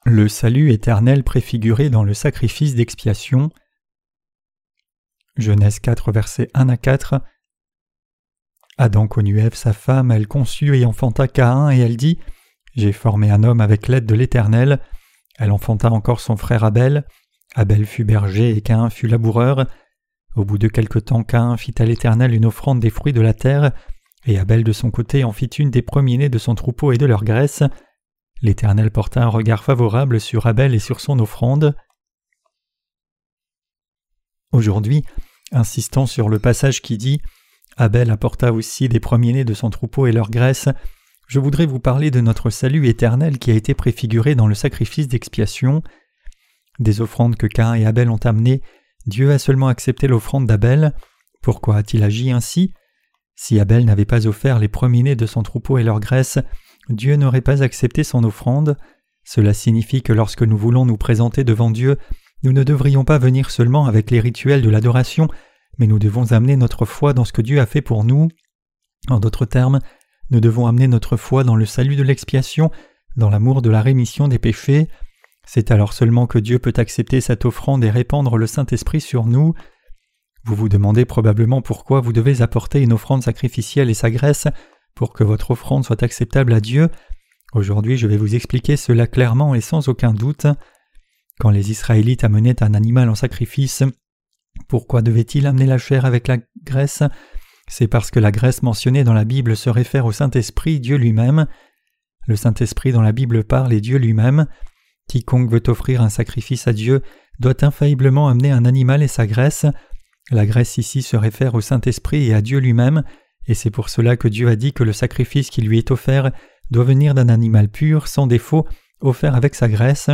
Le salut éternel préfiguré dans le sacrifice d'expiation. Genèse 4, versets 1 à 4. Adam connut Ève sa femme, elle conçut et enfanta Caïn, et elle dit « J'ai formé un homme avec l'aide de l'Éternel ». Elle enfanta encore son frère Abel. Abel fut berger et Caïn fut laboureur. Au bout de quelque temps, Caïn fit à l'Éternel une offrande des fruits de la terre, et Abel de son côté en fit une des premiers-nés de son troupeau et de leur graisse. L'Éternel porta un regard favorable sur Abel et sur son offrande. Aujourd'hui, insistant sur le passage qui dit « Abel apporta aussi des premiers-nés de son troupeau et leur graisse », je voudrais vous parler de notre salut éternel qui a été préfiguré dans le sacrifice d'expiation. Des offrandes que Caïn et Abel ont amenées, Dieu a seulement accepté l'offrande d'Abel. Pourquoi a-t-il agi ainsi ? Si Abel n'avait pas offert les premiers-nés de son troupeau et leur graisse, Dieu n'aurait pas accepté son offrande. Cela signifie que lorsque nous voulons nous présenter devant Dieu, nous ne devrions pas venir seulement avec les rituels de l'adoration, mais nous devons amener notre foi dans ce que Dieu a fait pour nous. En d'autres termes, nous devons amener notre foi dans le salut de l'expiation, dans l'amour de la rémission des péchés. C'est alors seulement que Dieu peut accepter cette offrande et répandre le Saint-Esprit sur nous. Vous vous demandez probablement pourquoi vous devez apporter une offrande sacrificielle et sa graisse pour que votre offrande soit acceptable à Dieu. Aujourd'hui, je vais vous expliquer cela clairement et sans aucun doute. Quand les Israélites amenaient un animal en sacrifice, pourquoi devaient-ils amener la chair avec la graisse ? C'est parce que la graisse mentionnée dans la Bible se réfère au Saint-Esprit, Dieu lui-même. Le Saint-Esprit dans la Bible parle et Dieu lui-même. Quiconque veut offrir un sacrifice à Dieu doit infailliblement amener un animal et sa graisse. La graisse ici se réfère au Saint-Esprit et à Dieu lui-même, et c'est pour cela que Dieu a dit que le sacrifice qui lui est offert doit venir d'un animal pur, sans défaut, offert avec sa graisse.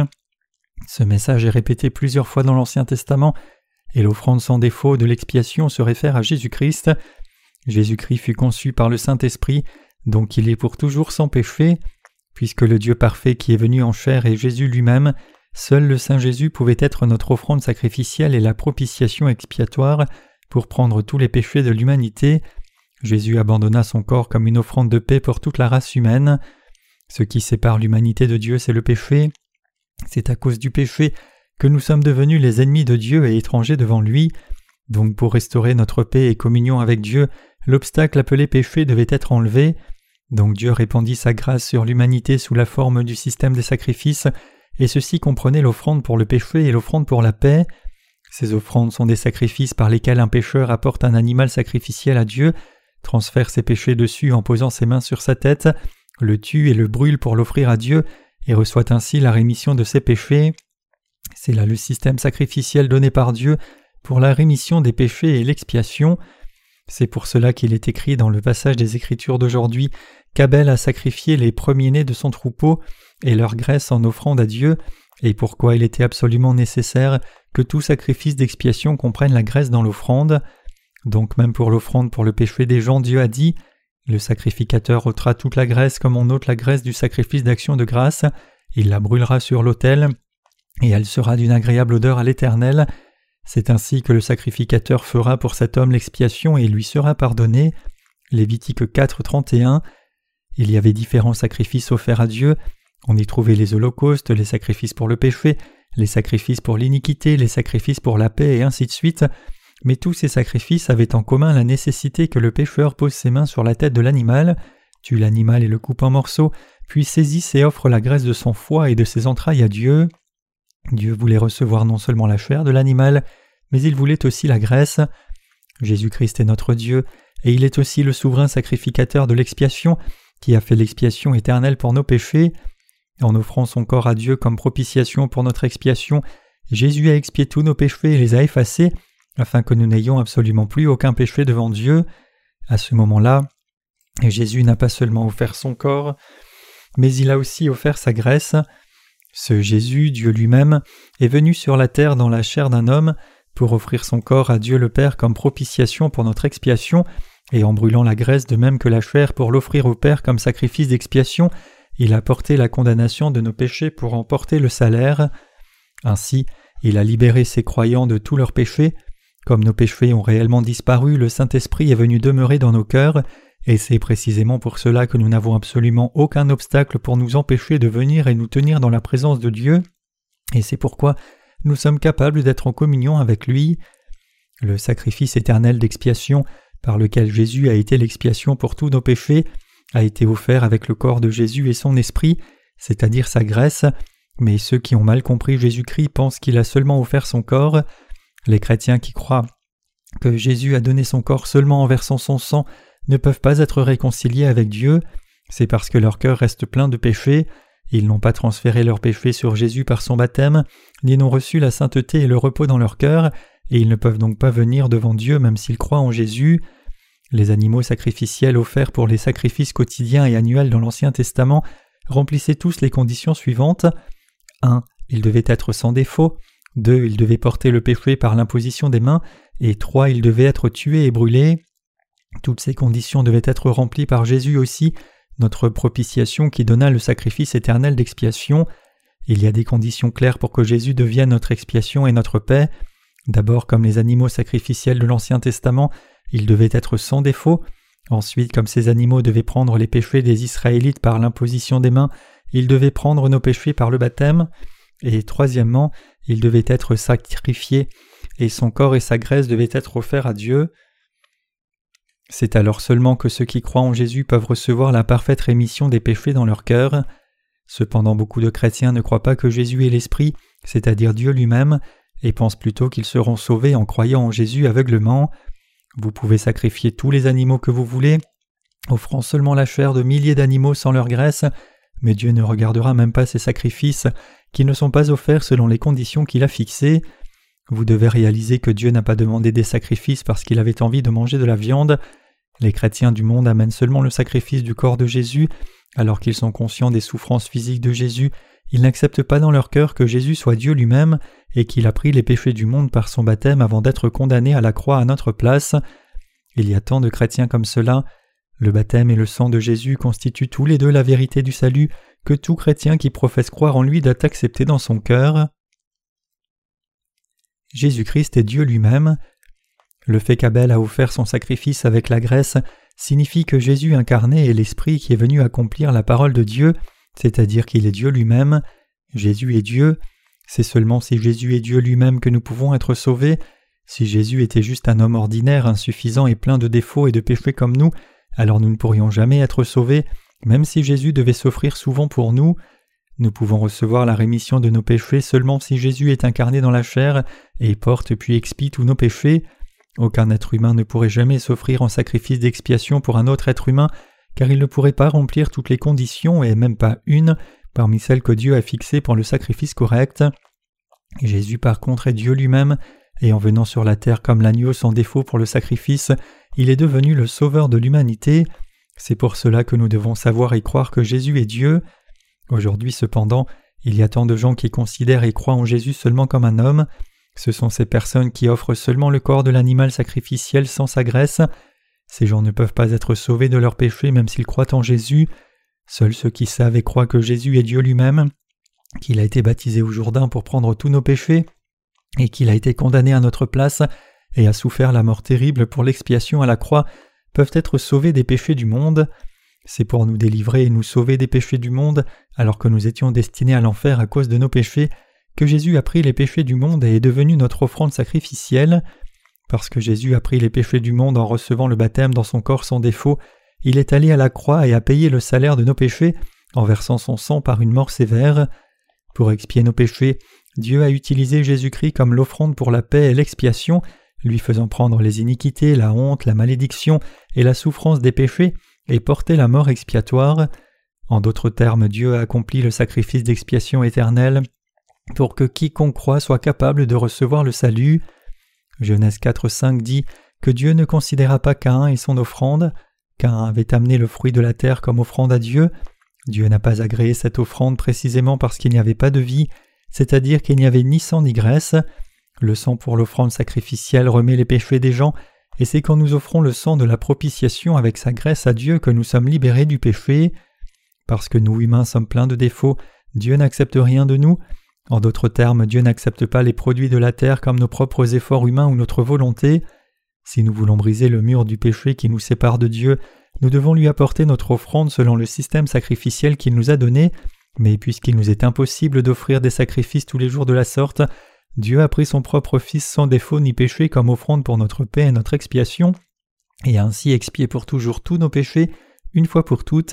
Ce message est répété plusieurs fois dans l'Ancien Testament, et l'offrande sans défaut de l'expiation se réfère à Jésus-Christ. Jésus-Christ fut conçu par le Saint-Esprit, donc il est pour toujours sans péché. Puisque le Dieu parfait qui est venu en chair est Jésus lui-même, seul le Saint Jésus pouvait être notre offrande sacrificielle et la propitiation expiatoire pour prendre tous les péchés de l'humanité. Jésus abandonna son corps comme une offrande de paix pour toute la race humaine. Ce qui sépare l'humanité de Dieu, c'est le péché. C'est à cause du péché que nous sommes devenus les ennemis de Dieu et étrangers devant lui. Donc pour restaurer notre paix et communion avec Dieu, l'obstacle appelé péché devait être enlevé. Donc Dieu répandit sa grâce sur l'humanité sous la forme du système des sacrifices, et ceci comprenait l'offrande pour le péché et l'offrande pour la paix. Ces offrandes sont des sacrifices par lesquels un pécheur apporte un animal sacrificiel à Dieu, transfère ses péchés dessus en posant ses mains sur sa tête, le tue et le brûle pour l'offrir à Dieu, et reçoit ainsi la rémission de ses péchés. C'est là le système sacrificiel donné par Dieu pour la rémission des péchés et l'expiation. C'est pour cela qu'il est écrit dans le passage des Écritures d'aujourd'hui qu'Abel a sacrifié les premiers-nés de son troupeau et leur graisse en offrande à Dieu, et pourquoi il était absolument nécessaire que tout sacrifice d'expiation comprenne la graisse dans l'offrande. Donc même pour l'offrande pour le péché des gens, Dieu a dit « Le sacrificateur ôtera toute la graisse comme on ôte la graisse du sacrifice d'action de grâce, il la brûlera sur l'autel, et elle sera d'une agréable odeur à l'Éternel. C'est ainsi que le sacrificateur fera pour cet homme l'expiation et il lui sera pardonné. » Lévitique 4, 31. Il y avait différents sacrifices offerts à Dieu. On y trouvait les holocaustes, les sacrifices pour le péché, les sacrifices pour l'iniquité, les sacrifices pour la paix et ainsi de suite. Mais tous ces sacrifices avaient en commun la nécessité que le pécheur pose ses mains sur la tête de l'animal, tue l'animal et le coupe en morceaux, puis saisisse et offre la graisse de son foie et de ses entrailles à Dieu. Dieu voulait recevoir non seulement la chair de l'animal, mais il voulait aussi la graisse. Jésus-Christ est notre Dieu, et il est aussi le souverain sacrificateur de l'expiation, qui a fait l'expiation éternelle pour nos péchés. En offrant son corps à Dieu comme propitiation pour notre expiation, Jésus a expié tous nos péchés et les a effacés, afin que nous n'ayons absolument plus aucun péché devant Dieu. À ce moment-là, Jésus n'a pas seulement offert son corps, mais il a aussi offert sa graisse. Ce Jésus, Dieu lui-même, est venu sur la terre dans la chair d'un homme pour offrir son corps à Dieu le Père comme propitiation pour notre expiation, et en brûlant la graisse de même que la chair pour l'offrir au Père comme sacrifice d'expiation, il a porté la condamnation de nos péchés pour en porter le salaire. Ainsi, il a libéré ses croyants de tous leurs péchés. Comme nos péchés ont réellement disparu, le Saint-Esprit est venu demeurer dans nos cœurs, Et c'est précisément pour cela que nous n'avons absolument aucun obstacle pour nous empêcher de venir et nous tenir dans la présence de Dieu, et c'est pourquoi nous sommes capables d'être en communion avec lui. Le sacrifice éternel d'expiation, par lequel Jésus a été l'expiation pour tous nos péchés, a été offert avec le corps de Jésus et son esprit, c'est-à-dire sa graisse, mais ceux qui ont mal compris Jésus-Christ pensent qu'il a seulement offert son corps. Les chrétiens qui croient que Jésus a donné son corps seulement en versant son sang ne peuvent pas être réconciliés avec Dieu, c'est parce que leur cœur reste plein de péchés. Ils n'ont pas transféré leurs péchés sur Jésus par son baptême, ni n'ont reçu la sainteté et le repos dans leur cœur, et ils ne peuvent donc pas venir devant Dieu même s'ils croient en Jésus. Les animaux sacrificiels offerts pour les sacrifices quotidiens et annuels dans l'Ancien Testament remplissaient tous les conditions suivantes. 1. Ils devaient être sans défaut. 2. Ils devaient porter le péché par l'imposition des mains. Et 3. Ils devaient être tués et brûlés. Toutes ces conditions devaient être remplies par Jésus aussi, notre propitiation qui donna le sacrifice éternel d'expiation. Il y a des conditions claires pour que Jésus devienne notre expiation et notre paix. D'abord, comme les animaux sacrificiels de l'Ancien Testament, ils devaient être sans défaut. Ensuite, comme ces animaux devaient prendre les péchés des Israélites par l'imposition des mains, ils devaient prendre nos péchés par le baptême. Et troisièmement, ils devaient être sacrifiés, et son corps et sa graisse devaient être offerts à Dieu. C'est alors seulement que ceux qui croient en Jésus peuvent recevoir la parfaite rémission des péchés dans leur cœur. Cependant, beaucoup de chrétiens ne croient pas que Jésus est l'Esprit, c'est-à-dire Dieu lui-même, et pensent plutôt qu'ils seront sauvés en croyant en Jésus aveuglement. Vous pouvez sacrifier tous les animaux que vous voulez, offrant seulement la chair de milliers d'animaux sans leur graisse, mais Dieu ne regardera même pas ces sacrifices qui ne sont pas offerts selon les conditions qu'il a fixées. Vous devez réaliser que Dieu n'a pas demandé des sacrifices parce qu'il avait envie de manger de la viande. Les chrétiens du monde amènent seulement le sacrifice du corps de Jésus, alors qu'ils sont conscients des souffrances physiques de Jésus. Ils n'acceptent pas dans leur cœur que Jésus soit Dieu lui-même et qu'il a pris les péchés du monde par son baptême avant d'être condamné à la croix à notre place. Il y a tant de chrétiens comme cela. Le baptême et le sang de Jésus constituent tous les deux la vérité du salut que tout chrétien qui professe croire en lui doit accepter dans son cœur. Jésus-Christ est Dieu lui-même. Le fait qu'Abel a offert son sacrifice avec la graisse signifie que Jésus incarné est l'Esprit qui est venu accomplir la parole de Dieu, c'est-à-dire qu'il est Dieu lui-même. Jésus est Dieu. C'est seulement si Jésus est Dieu lui-même que nous pouvons être sauvés. Si Jésus était juste un homme ordinaire, insuffisant et plein de défauts et de péchés comme nous, alors nous ne pourrions jamais être sauvés, même si Jésus devait souffrir souvent pour nous. Nous pouvons recevoir la rémission de nos péchés seulement si Jésus est incarné dans la chair et porte puis expie tous nos péchés. Aucun être humain ne pourrait jamais s'offrir en sacrifice d'expiation pour un autre être humain, car il ne pourrait pas remplir toutes les conditions et même pas une parmi celles que Dieu a fixées pour le sacrifice correct. Jésus par contre est Dieu lui-même, et en venant sur la terre comme l'agneau sans défaut pour le sacrifice, il est devenu le sauveur de l'humanité. C'est pour cela que nous devons savoir et croire que Jésus est Dieu. Aujourd'hui cependant, il y a tant de gens qui considèrent et croient en Jésus seulement comme un homme. Ce sont ces personnes qui offrent seulement le corps de l'animal sacrificiel sans sa graisse. Ces gens ne peuvent pas être sauvés de leurs péchés même s'ils croient en Jésus. Seuls ceux qui savent et croient que Jésus est Dieu lui-même, qu'il a été baptisé au Jourdain pour prendre tous nos péchés, et qu'il a été condamné à notre place et a souffert la mort terrible pour l'expiation à la croix, peuvent être sauvés des péchés du monde. C'est pour nous délivrer et nous sauver des péchés du monde, alors que nous étions destinés à l'enfer à cause de nos péchés, que Jésus a pris les péchés du monde et est devenu notre offrande sacrificielle. Parce que Jésus a pris les péchés du monde en recevant le baptême dans son corps sans défaut, il est allé à la croix et a payé le salaire de nos péchés en versant son sang par une mort sévère. Pour expier nos péchés, Dieu a utilisé Jésus-Christ comme l'offrande pour la paix et l'expiation, lui faisant prendre les iniquités, la honte, la malédiction et la souffrance des péchés et porter la mort expiatoire. En d'autres termes, Dieu a accompli le sacrifice d'expiation éternelle pour que quiconque croit soit capable de recevoir le salut. Genèse 4,5 dit que Dieu ne considéra pas Caïn et son offrande. Caïn avait amené le fruit de la terre comme offrande à Dieu. Dieu n'a pas agréé cette offrande précisément parce qu'il n'y avait pas de vie, c'est-à-dire qu'il n'y avait ni sang ni graisse. Le sang pour l'offrande sacrificielle remet les péchés des gens, et c'est quand nous offrons le sang de la propitiation avec sa graisse à Dieu que nous sommes libérés du péché. Parce que nous humains sommes pleins de défauts, Dieu n'accepte rien de nous. En d'autres termes, Dieu n'accepte pas les produits de la terre comme nos propres efforts humains ou notre volonté. Si nous voulons briser le mur du péché qui nous sépare de Dieu, nous devons lui apporter notre offrande selon le système sacrificiel qu'il nous a donné, mais puisqu'il nous est impossible d'offrir des sacrifices tous les jours de la sorte, Dieu a pris son propre Fils sans défaut ni péché comme offrande pour notre paix et notre expiation, et a ainsi expié pour toujours tous nos péchés, une fois pour toutes.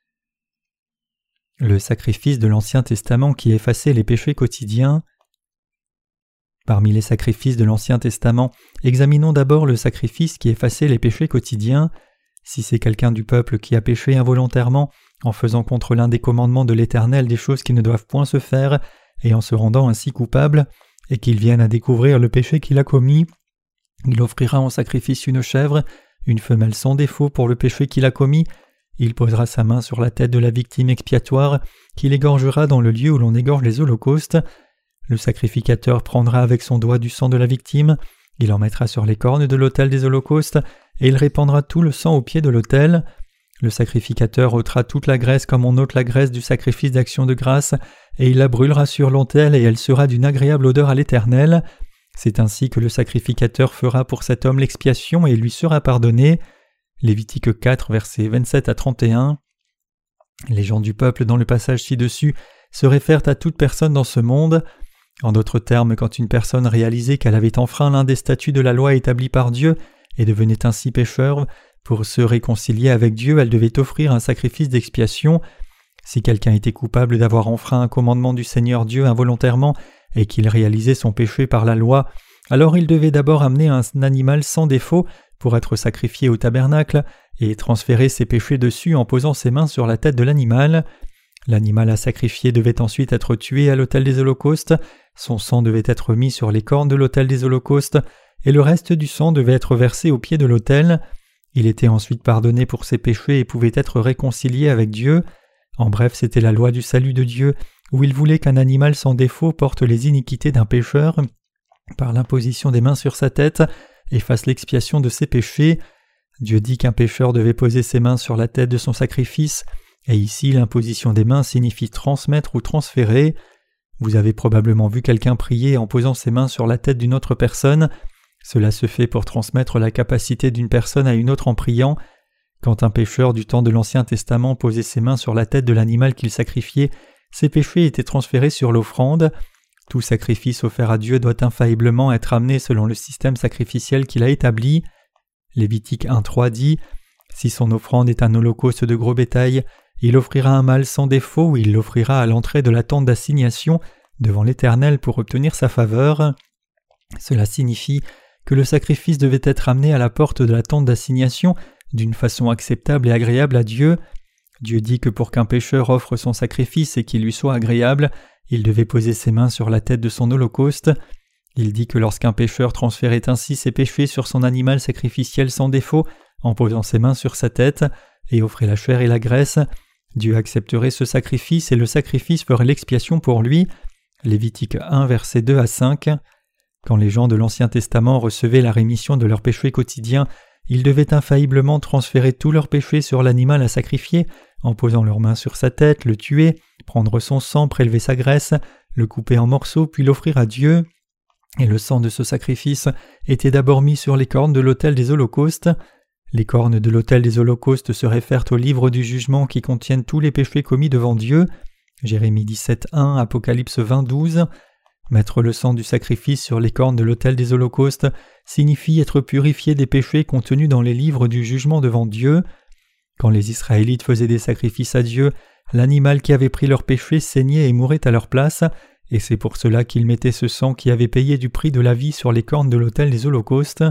Le sacrifice de l'Ancien Testament qui effaçait les péchés quotidiens. Parmi les sacrifices de l'Ancien Testament, examinons d'abord le sacrifice qui effaçait les péchés quotidiens. Si c'est quelqu'un du peuple qui a péché involontairement, en faisant contre l'un des commandements de l'Éternel des choses qui ne doivent point se faire, et en se rendant ainsi coupable, et qu'il vienne à découvrir le péché qu'il a commis, il offrira en sacrifice une chèvre, une femelle sans défaut pour le péché qu'il a commis, il posera sa main sur la tête de la victime expiatoire, qu'il égorgera dans le lieu où l'on égorge les holocaustes. Le sacrificateur prendra avec son doigt du sang de la victime, il en mettra sur les cornes de l'autel des holocaustes, et il répandra tout le sang au pied de l'autel. Le sacrificateur ôtera toute la graisse comme on ôte la graisse du sacrifice d'action de grâce, et il la brûlera sur l'autel et elle sera d'une agréable odeur à l'Éternel. C'est ainsi que le sacrificateur fera pour cet homme l'expiation et il lui sera pardonné. Lévitique 4, versets 27 à 31. Les gens du peuple dans le passage ci-dessus se réfèrent à toute personne dans ce monde. En d'autres termes, quand une personne réalisait qu'elle avait enfreint l'un des statuts de la loi établis par Dieu et devenait ainsi pécheur, pour se réconcilier avec Dieu, elle devait offrir un sacrifice d'expiation. Si quelqu'un était coupable d'avoir enfreint un commandement du Seigneur Dieu involontairement et qu'il réalisait son péché par la loi, alors il devait d'abord amener un animal sans défaut pour être sacrifié au tabernacle et transférer ses péchés dessus en posant ses mains sur la tête de l'animal. L'animal à sacrifier devait ensuite être tué à l'autel des holocaustes, son sang devait être mis sur les cornes de l'autel des holocaustes, et le reste du sang devait être versé au pied de l'autel. Il était ensuite pardonné pour ses péchés et pouvait être réconcilié avec Dieu. En bref, c'était la loi du salut de Dieu, où il voulait qu'un animal sans défaut porte les iniquités d'un pécheur, par l'imposition des mains sur sa tête, et fasse l'expiation de ses péchés. Dieu dit qu'un pécheur devait poser ses mains sur la tête de son sacrifice, et ici l'imposition des mains signifie transmettre ou transférer. Vous avez probablement vu quelqu'un prier en posant ses mains sur la tête d'une autre personne. Cela se fait pour transmettre la capacité d'une personne à une autre en priant. Quand un pécheur du temps de l'Ancien Testament posait ses mains sur la tête de l'animal qu'il sacrifiait, ses péchés étaient transférés sur l'offrande. Tout sacrifice offert à Dieu doit infailliblement être amené selon le système sacrificiel qu'il a établi. Lévitique 1.3 dit « Si son offrande est un holocauste de gros bétail, il offrira un mâle sans défaut ou il l'offrira à l'entrée de la tente d'assignation devant l'Éternel pour obtenir sa faveur. » Cela signifie que le sacrifice devait être amené à la porte de la tente d'assignation d'une façon acceptable et agréable à Dieu. Dieu dit que pour qu'un pécheur offre son sacrifice et qu'il lui soit agréable, il devait poser ses mains sur la tête de son holocauste. Il dit que lorsqu'un pécheur transférait ainsi ses péchés sur son animal sacrificiel sans défaut, en posant ses mains sur sa tête, et offrait la chair et la graisse, Dieu accepterait ce sacrifice et le sacrifice ferait l'expiation pour lui. Lévitique 1, versets 2 à 5. Quand les gens de l'Ancien Testament recevaient la rémission de leurs péchés quotidiens, ils devaient infailliblement transférer tous leurs péchés sur l'animal à sacrifier, en posant leurs mains sur sa tête, le tuer, prendre son sang, prélever sa graisse, le couper en morceaux, puis l'offrir à Dieu. Et le sang de ce sacrifice était d'abord mis sur les cornes de l'autel des holocaustes. Les cornes de l'autel des holocaustes se réfèrent au livre du jugement qui contiennent tous les péchés commis devant Dieu. Jérémie 17.1, Apocalypse 20.12. Mettre le sang du sacrifice sur les cornes de l'autel des holocaustes signifie être purifié des péchés contenus dans les livres du jugement devant Dieu. Quand les Israélites faisaient des sacrifices à Dieu, l'animal qui avait pris leurs péchés saignait et mourait à leur place, et c'est pour cela qu'ils mettaient ce sang qui avait payé du prix de la vie sur les cornes de l'autel des holocaustes.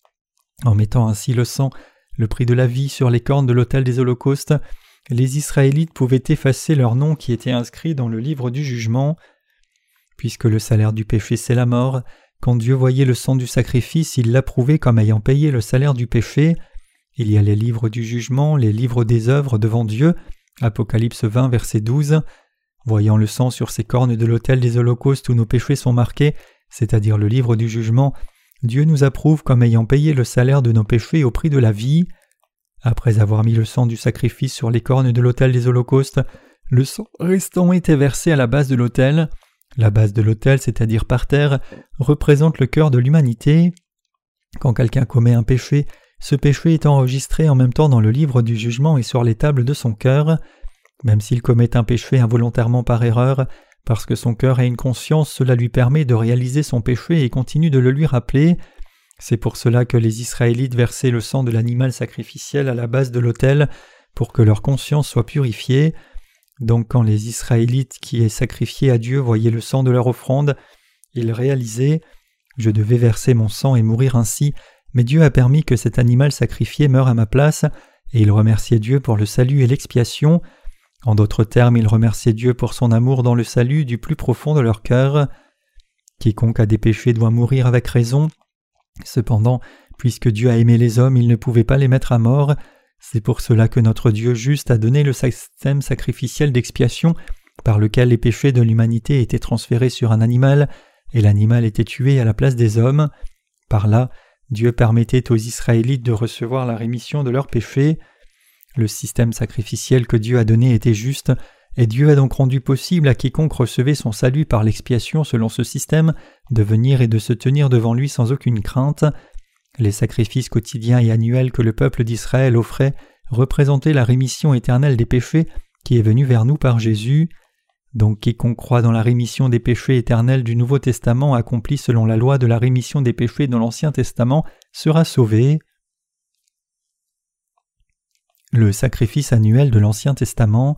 En mettant ainsi le sang, le prix de la vie sur les cornes de l'autel des holocaustes, les Israélites pouvaient effacer leur nom qui était inscrit dans le livre du jugement. Puisque le salaire du péché c'est la mort, quand Dieu voyait le sang du sacrifice, il l'approuvait comme ayant payé le salaire du péché. Il y a les livres du jugement, les livres des œuvres devant Dieu, Apocalypse 20, verset 12. Voyant le sang sur ces cornes de l'autel des holocaustes où nos péchés sont marqués, c'est-à-dire le livre du jugement, Dieu nous approuve comme ayant payé le salaire de nos péchés au prix de la vie. Après avoir mis le sang du sacrifice sur les cornes de l'autel des holocaustes, le sang restant était versé à la base de l'autel. La base de l'autel, c'est-à-dire par terre, représente le cœur de l'humanité. Quand quelqu'un commet un péché, ce péché est enregistré en même temps dans le livre du jugement et sur les tables de son cœur. Même s'il commet un péché involontairement par erreur, parce que son cœur a une conscience, cela lui permet de réaliser son péché et continue de le lui rappeler. C'est pour cela que les Israélites versaient le sang de l'animal sacrificiel à la base de l'autel pour que leur conscience soit purifiée. Donc quand les Israélites qui est sacrifiés à Dieu voyaient le sang de leur offrande, ils réalisaient « Je devais verser mon sang et mourir ainsi, mais Dieu a permis que cet animal sacrifié meure à ma place » et ils remerciaient Dieu pour le salut et l'expiation. En d'autres termes, ils remerciaient Dieu pour son amour dans le salut du plus profond de leur cœur. Quiconque a des péchés doit mourir avec raison. Cependant, puisque Dieu a aimé les hommes, il ne pouvait pas les mettre à mort. C'est pour cela que notre Dieu juste a donné le système sacrificiel d'expiation par lequel les péchés de l'humanité étaient transférés sur un animal et l'animal était tué à la place des hommes. Par là, Dieu permettait aux Israélites de recevoir la rémission de leurs péchés. Le système sacrificiel que Dieu a donné était juste, et Dieu a donc rendu possible à quiconque recevait son salut par l'expiation selon ce système de venir et de se tenir devant lui sans aucune crainte. Les sacrifices quotidiens et annuels que le peuple d'Israël offrait représentaient la rémission éternelle des péchés qui est venue vers nous par Jésus. Donc quiconque croit dans la rémission des péchés éternels du Nouveau Testament accompli selon la loi de la rémission des péchés dans l'Ancien Testament sera sauvé. Le sacrifice annuel de l'Ancien Testament.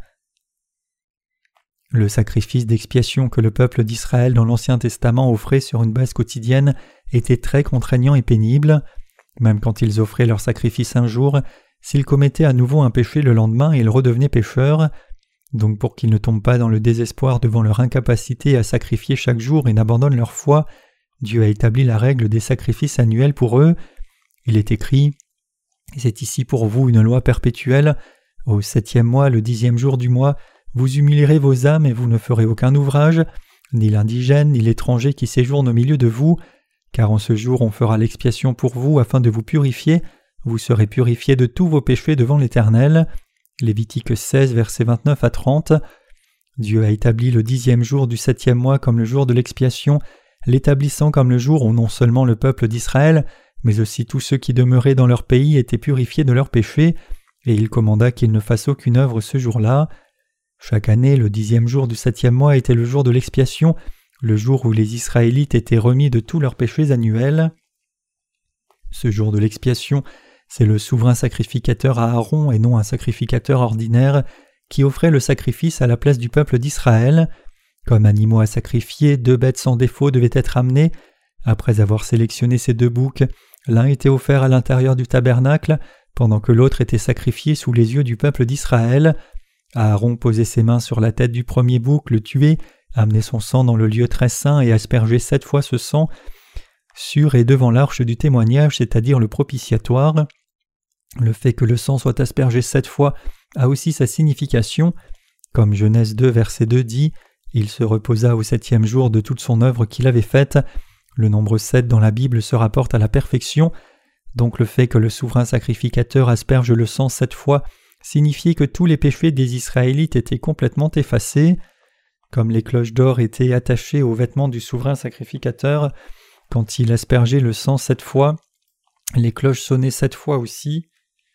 Le sacrifice d'expiation que le peuple d'Israël dans l'Ancien Testament offrait sur une base quotidienne était très contraignant et pénible. Même quand ils offraient leur sacrifice un jour, s'ils commettaient à nouveau un péché le lendemain, ils redevenaient pécheurs. Donc pour qu'ils ne tombent pas dans le désespoir devant leur incapacité à sacrifier chaque jour et n'abandonnent leur foi, Dieu a établi la règle des sacrifices annuels pour eux. Il est écrit « C'est ici pour vous une loi perpétuelle. Au 7e mois, le 10e jour du mois, vous humilierez vos âmes et vous ne ferez aucun ouvrage, ni l'indigène, ni l'étranger qui séjourne au milieu de vous, car en ce jour on fera l'expiation pour vous afin de vous purifier, vous serez purifiés de tous vos péchés devant l'Éternel. » Lévitique 16, versets 29 à 30. Dieu a établi le 10e jour du 7e mois comme le jour de l'expiation, l'établissant comme le jour où non seulement le peuple d'Israël, mais aussi tous ceux qui demeuraient dans leur pays étaient purifiés de leurs péchés, et il commanda qu'ils ne fassent aucune œuvre ce jour-là. Chaque année, le 10e jour du 7e mois était le jour de l'expiation, le jour où les Israélites étaient remis de tous leurs péchés annuels. Ce jour de l'expiation, c'est le souverain sacrificateur Aaron et non un sacrificateur ordinaire qui offrait le sacrifice à la place du peuple d'Israël. Comme animaux à sacrifier, 2 bêtes sans défaut devaient être amenées. Après avoir sélectionné ces 2 boucs, l'un était offert à l'intérieur du tabernacle, pendant que l'autre était sacrifié sous les yeux du peuple d'Israël. Aaron posait ses mains sur la tête du premier bouc, le tuait, amenait son sang dans le lieu très saint et aspergeait 7 fois ce sang sur et devant l'arche du témoignage, c'est-à-dire le propitiatoire. Le fait que le sang soit aspergé 7 fois a aussi sa signification. Comme Genèse 2, verset 2 dit « Il se reposa au 7e jour de toute son œuvre qu'il avait faite ». Le nombre 7 dans la Bible se rapporte à la perfection. Donc le fait que le souverain sacrificateur asperge le sang 7 fois signifiait que tous les péchés des Israélites étaient complètement effacés. Comme les cloches d'or étaient attachées aux vêtements du souverain sacrificateur, quand il aspergeait le sang 7 fois, les cloches sonnaient 7 fois aussi.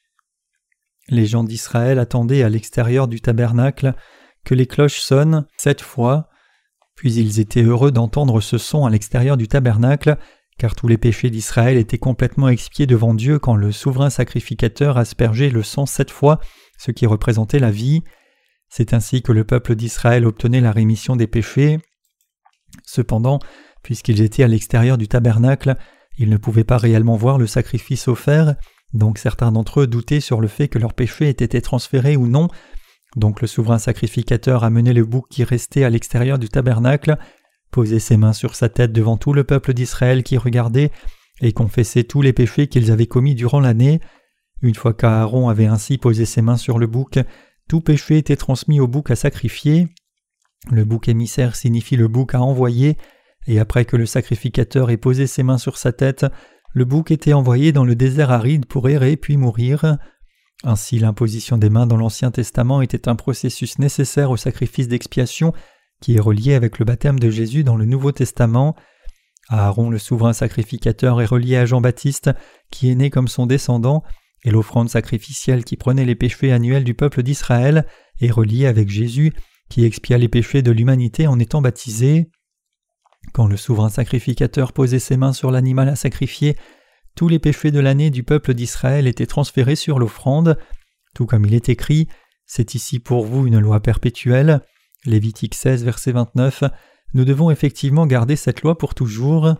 Les gens d'Israël attendaient à l'extérieur du tabernacle que les cloches sonnent 7 fois, puis ils étaient heureux d'entendre ce son à l'extérieur du tabernacle, car tous les péchés d'Israël étaient complètement expiés devant Dieu quand le souverain sacrificateur aspergeait le sang 7 fois, ce qui représentait la vie. C'est ainsi que le peuple d'Israël obtenait la rémission des péchés. Cependant, puisqu'ils étaient à l'extérieur du tabernacle, ils ne pouvaient pas réellement voir le sacrifice offert, donc certains d'entre eux doutaient sur le fait que leurs péchés aient été transférés ou non. Donc le souverain sacrificateur amenait le bouc qui restait à l'extérieur du tabernacle, posait ses mains sur sa tête devant tout le peuple d'Israël qui regardait et confessait tous les péchés qu'ils avaient commis durant l'année. Une fois qu'Aaron avait ainsi posé ses mains sur le bouc, tout péché était transmis au bouc à sacrifier. Le bouc émissaire signifie le bouc à envoyer, et après que le sacrificateur ait posé ses mains sur sa tête, le bouc était envoyé dans le désert aride pour errer puis mourir. Ainsi, l'imposition des mains dans l'Ancien Testament était un processus nécessaire au sacrifice d'expiation qui est relié avec le baptême de Jésus dans le Nouveau Testament. Aaron, le souverain sacrificateur, est relié à Jean-Baptiste, qui est né comme son descendant, et l'offrande sacrificielle qui prenait les péchés annuels du peuple d'Israël est reliée avec Jésus, qui expia les péchés de l'humanité en étant baptisé. Quand le souverain sacrificateur posait ses mains sur l'animal à sacrifier, tous les péchés de l'année du peuple d'Israël étaient transférés sur l'offrande, tout comme il est écrit « C'est ici pour vous une loi perpétuelle » Lévitique 16, verset 29, nous devons effectivement garder cette loi pour toujours.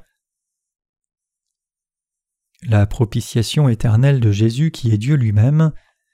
La propitiation éternelle de Jésus qui est Dieu lui-même.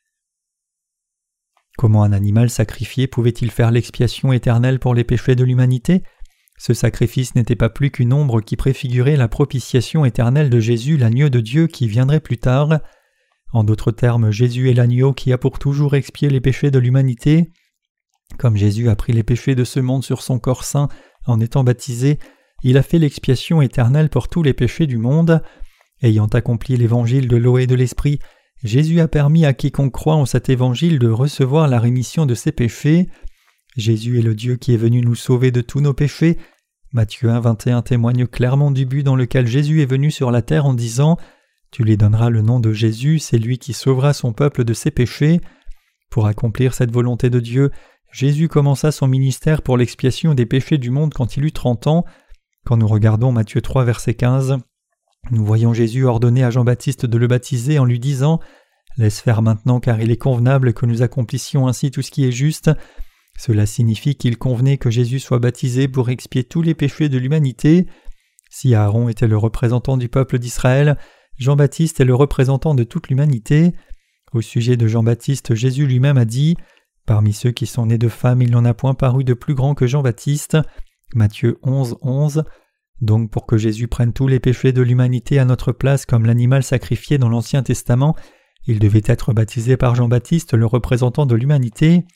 Comment un animal sacrifié pouvait-il faire l'expiation éternelle pour les péchés de l'humanité ? Ce sacrifice n'était pas plus qu'une ombre qui préfigurait la propitiation éternelle de Jésus, l'agneau de Dieu qui viendrait plus tard. En d'autres termes, Jésus est l'agneau qui a pour toujours expié les péchés de l'humanité. Comme Jésus a pris les péchés de ce monde sur son corps saint en étant baptisé, il a fait l'expiation éternelle pour tous les péchés du monde. Ayant accompli l'évangile de l'eau et de l'esprit, Jésus a permis à quiconque croit en cet évangile de recevoir la rémission de ses péchés. Jésus est le Dieu qui est venu nous sauver de tous nos péchés. Matthieu 1, 21 témoigne clairement du but dans lequel Jésus est venu sur la terre en disant « Tu lui donneras le nom de Jésus, c'est lui qui sauvera son peuple de ses péchés. » Pour accomplir cette volonté de Dieu, Jésus commença son ministère pour l'expiation des péchés du monde quand il eut 30 ans. Quand nous regardons Matthieu 3, verset 15, nous voyons Jésus ordonner à Jean-Baptiste de le baptiser en lui disant « Laisse faire maintenant car il est convenable que nous accomplissions ainsi tout ce qui est juste. » Cela signifie qu'il convenait que Jésus soit baptisé pour expier tous les péchés de l'humanité. Si Aaron était le représentant du peuple d'Israël, Jean-Baptiste est le représentant de toute l'humanité. Au sujet de Jean-Baptiste, Jésus lui-même a dit « Parmi ceux qui sont nés de femmes, il n'en a point paru de plus grand que Jean-Baptiste. » Matthieu 11, 11. Donc pour que Jésus prenne tous les péchés de l'humanité à notre place comme l'animal sacrifié dans l'Ancien Testament, il devait être baptisé par Jean-Baptiste, le représentant de l'humanité.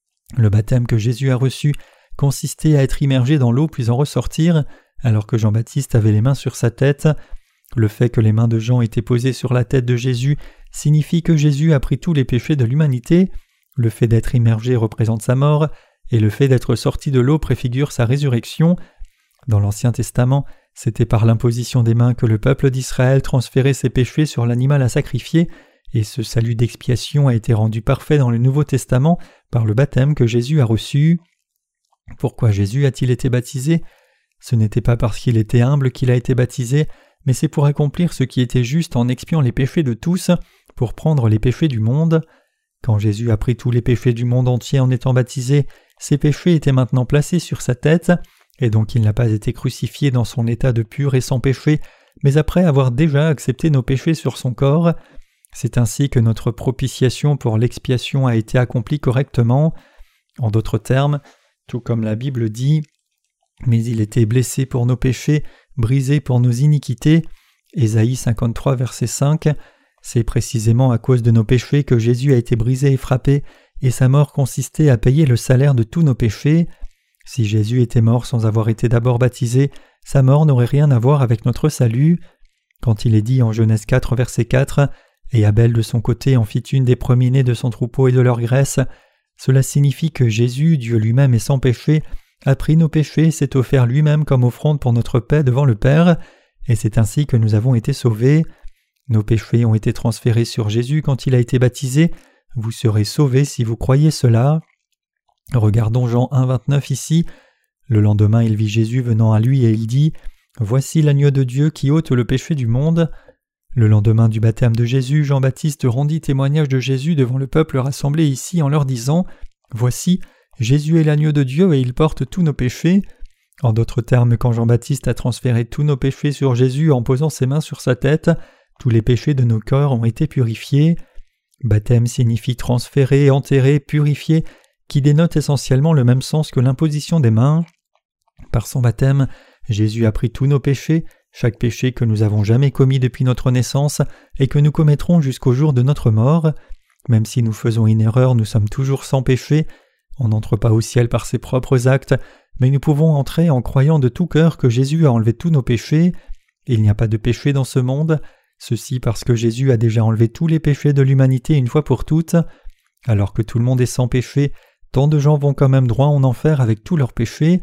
Le baptême que Jésus a reçu consistait à être immergé dans l'eau puis en ressortir, alors que Jean-Baptiste avait les mains sur sa tête. Le fait que les mains de Jean étaient posées sur la tête de Jésus signifie que Jésus a pris tous les péchés de l'humanité. Le fait d'être immergé représente sa mort, et le fait d'être sorti de l'eau préfigure sa résurrection. Dans l'Ancien Testament, c'était par l'imposition des mains que le peuple d'Israël transférait ses péchés sur l'animal à sacrifier, et ce salut d'expiation a été rendu parfait dans le Nouveau Testament par le baptême que Jésus a reçu. Pourquoi Jésus a-t-il été baptisé ? Ce n'était pas parce qu'il était humble qu'il a été baptisé, mais c'est pour accomplir ce qui était juste en expiant les péchés de tous, pour prendre les péchés du monde. Quand Jésus a pris tous les péchés du monde entier en étant baptisé, ses péchés étaient maintenant placés sur sa tête, et donc il n'a pas été crucifié dans son état de pur et sans péché, mais après avoir déjà accepté nos péchés sur son corps. C'est ainsi que notre propitiation pour l'expiation a été accomplie correctement. En d'autres termes, tout comme la Bible dit « Mais il était blessé pour nos péchés, brisé pour nos iniquités » Ésaïe 53, verset 5, c'est précisément à cause de nos péchés que Jésus a été brisé et frappé, et sa mort consistait à payer le salaire de tous nos péchés. Si Jésus était mort sans avoir été d'abord baptisé, sa mort n'aurait rien à voir avec notre salut. Quand il est dit en Genèse 4, verset 4, « Et Abel de son côté en fit une des premiers-nés de son troupeau et de leur graisse », cela signifie que Jésus, Dieu lui-même et sans péché, a pris nos péchés et s'est offert lui-même comme offrande pour notre paix devant le Père, et c'est ainsi que nous avons été sauvés. Nos péchés ont été transférés sur Jésus quand il a été baptisé. Vous serez sauvés si vous croyez cela. Regardons Jean 1, 29 ici. Le lendemain, il vit Jésus venant à lui et il dit « Voici l'agneau de Dieu qui ôte le péché du monde ». Le lendemain du baptême de Jésus, Jean-Baptiste rendit témoignage de Jésus devant le peuple rassemblé ici en leur disant « Voici, Jésus est l'agneau de Dieu et il porte tous nos péchés ». En d'autres termes, quand Jean-Baptiste a transféré tous nos péchés sur Jésus en posant ses mains sur sa tête, tous les péchés de nos corps ont été purifiés. Baptême signifie transférer, enterrer, purifier, qui dénote essentiellement le même sens que l'imposition des mains. Par son baptême, Jésus a pris tous nos péchés, chaque péché que nous avons jamais commis depuis notre naissance et que nous commettrons jusqu'au jour de notre mort. Même si nous faisons une erreur, nous sommes toujours sans péché. On n'entre pas au ciel par ses propres actes, mais nous pouvons entrer en croyant de tout cœur que Jésus a enlevé tous nos péchés. Il n'y a pas de péché dans ce monde, ceci parce que Jésus a déjà enlevé tous les péchés de l'humanité une fois pour toutes. Alors que tout le monde est sans péché, tant de gens vont quand même droit en enfer avec tous leurs péchés.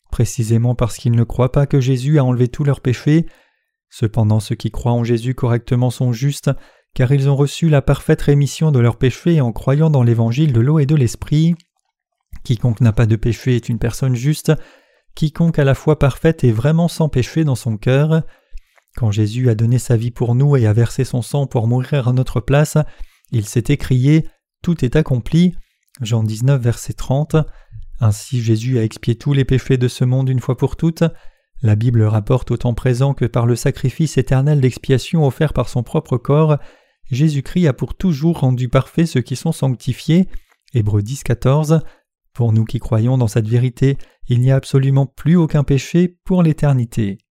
précisément parce qu'ils ne croient pas que Jésus a enlevé tous leurs péchés. Cependant, ceux qui croient en Jésus correctement sont justes, car ils ont reçu la parfaite rémission de leurs péchés en croyant dans l'évangile de l'eau et de l'esprit. Quiconque n'a pas de péché est une personne juste. Quiconque a la foi parfaite est vraiment sans péché dans son cœur. Quand Jésus a donné sa vie pour nous et a versé son sang pour mourir à notre place, il s'est écrié « Tout est accompli » Jean 19, verset 30. Ainsi Jésus a expié tous les péchés de ce monde une fois pour toutes. La Bible rapporte au temps présent que par le sacrifice éternel d'expiation offert par son propre corps, Jésus-Christ a pour toujours rendu parfaits ceux qui sont sanctifiés. Hébreux 10, 14. Pour nous qui croyons dans cette vérité, il n'y a absolument plus aucun péché pour l'éternité.